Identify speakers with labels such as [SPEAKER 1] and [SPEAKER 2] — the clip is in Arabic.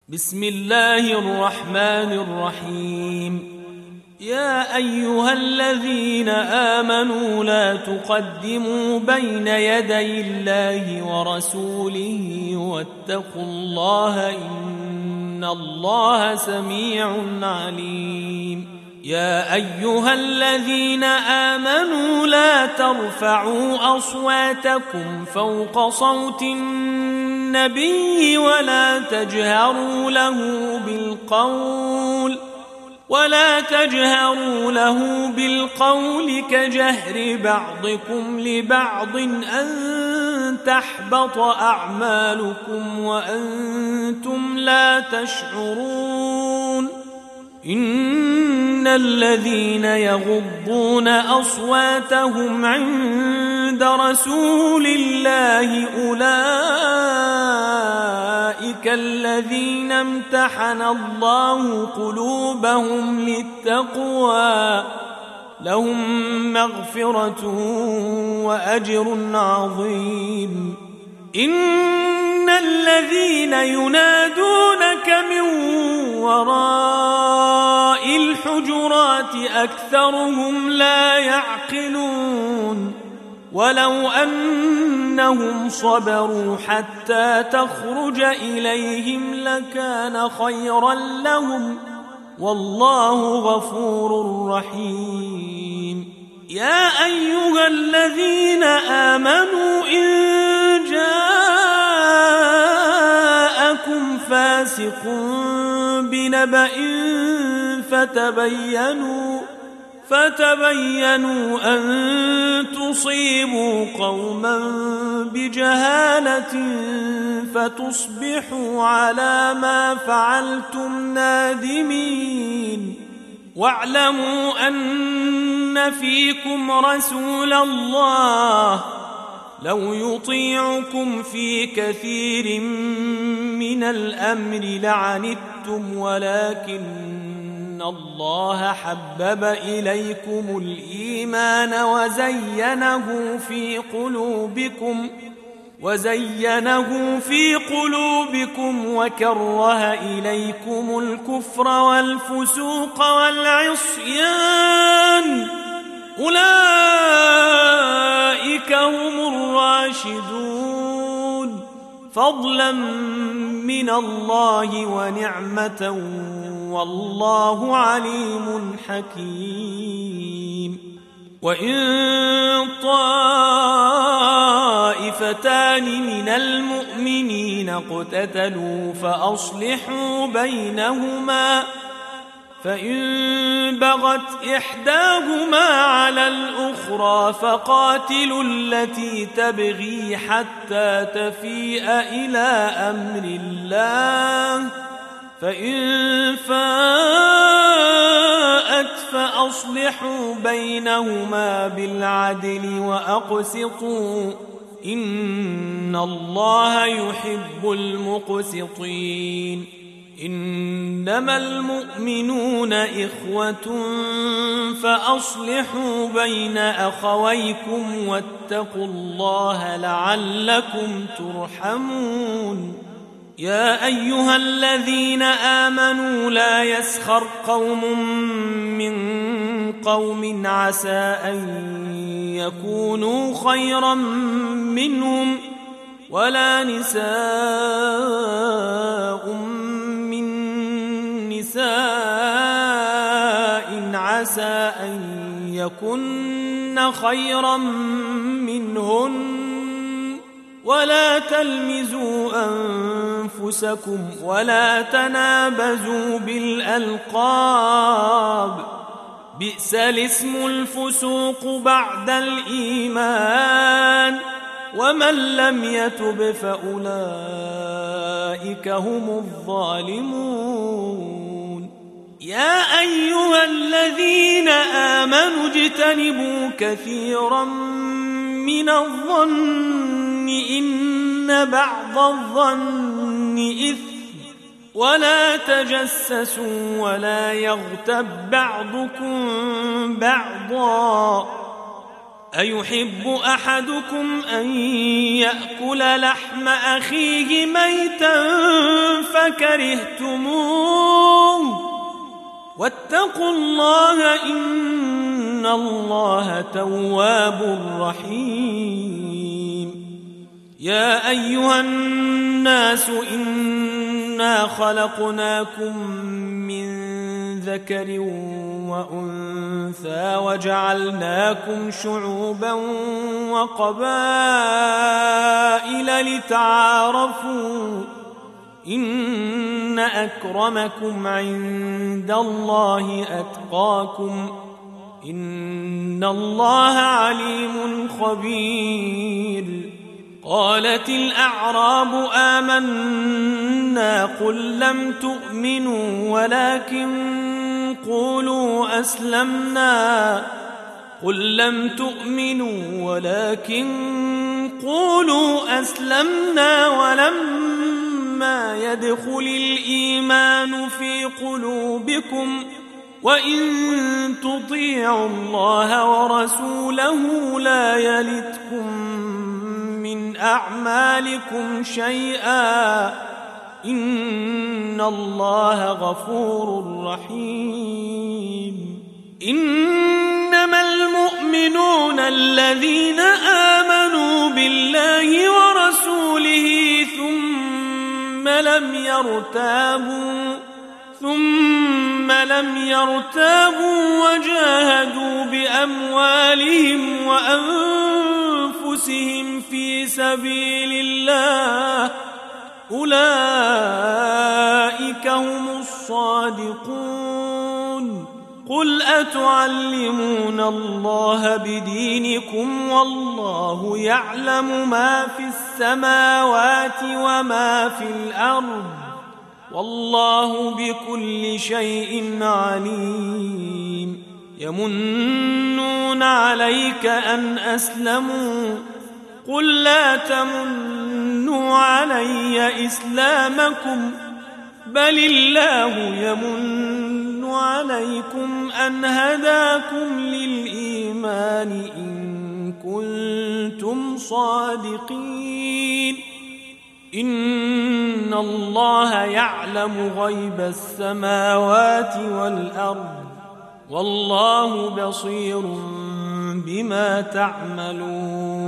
[SPEAKER 1] بسم الله الرحمن الرحيم. يا أيها الذين آمنوا لا تقدموا بين يدي الله ورسوله واتقوا الله إن الله سميع عليم. يا أيها الذين آمنوا لا ترفعوا أصواتكم فوق صوت النبي ولا تجهروا له بالقول كجهر بعضكم لبعض أن تحبط أعمالكم وأنتم لا تشعرون. إن الذين يغضون أصواتهم عند رسول الله أولئك الذين امتحن الله قلوبهم للتقوى لهم مغفرة وأجر عظيم. إن الذين ينادونك من وراء الحجرات أكثرهم لا يعقلون. ولو أنهم صبروا حتى تخرج إليهم لكان خيرا لهم والله غفور رحيم. يا أيها الذين آمنوا إن جاءكم فاسق بنبأ فتبينوا أن تصيبوا قوما بجهالة فتصبحوا على ما فعلتم نادمين. واعلموا أن فيكم رسول الله لو يطيعكم في كثير من الأمر لعنتم ولكن الله حبب إليكم الإيمان وزينه في قلوبكم وكره إليكم الكفر والفسوق والعصيان أولئك هم الراشدون فضلا من الله ونعمة والله عليم حكيم. وإن طائفتان من المؤمنين اقتتلوا فأصلحوا بينهما فإن بغت إحداهما على الأخرى فقاتلوا التي تبغي حتى تفيء إلى أمر الله فإن فاءت فأصلحوا بينهما بالعدل وأقسطوا إن الله يحب المقسطين. إنما المؤمنون إخوة فأصلحوا بين أخويكم واتقوا الله لعلكم ترحمون. يا أيها الذين آمنوا لا يسخر قوم من قوم عسى أن يكونوا خيرا منهم ولا نساء من نساء عسى أن يكن خيرا منهن ولا تلمزوا أنفسكم ولا تنابزوا بالألقاب بئس الاسم الفسوق بعد الإيمان ومن لم يتب فأولئك هم الظالمون. يا أيها الذين آمنوا اجتنبوا كثيرا من الظن إن بعض الظن إثم ولا تجسسوا ولا يغتب بعضكم بعضا أيحب أحدكم أن يأكل لحم أخيه ميتا فكرهتموه واتقوا الله إن الله تواب رحيم. يا أيها الناس إنا خلقناكم من ذكر وأنثى وجعلناكم شعوبا وقبائل لتعارفوا إن أكرمكم عند الله أتقاكم إن الله عليم خبير. قالت الأعراب آمنا قل لم تؤمنوا ولكن قولوا أسلمنا ولما يدخل الإيمان في قلوبكم وإن تطيعوا الله ورسوله لا يلتكم من أعمالكم شيئا إن الله غفور رحيم. إنما المؤمنون الذين آمنوا بالله ورسوله ثم لم يرتابوا وجاهدوا بأموالهم وأنفسهم في سبيل الله أولئك هم الصادقون. قل أتعلمون الله بدينكم والله يعلم ما في السماوات وما في الأرض والله بكل شيء عليم. يمنون عليك أن أسلموا قل لا تمنوا علي إسلامكم بل الله يمن عليكم أن هداكم للإيمان إن كنتم صادقين. إن الله يعلم غيب السماوات والأرض والله بصير بما تعملون.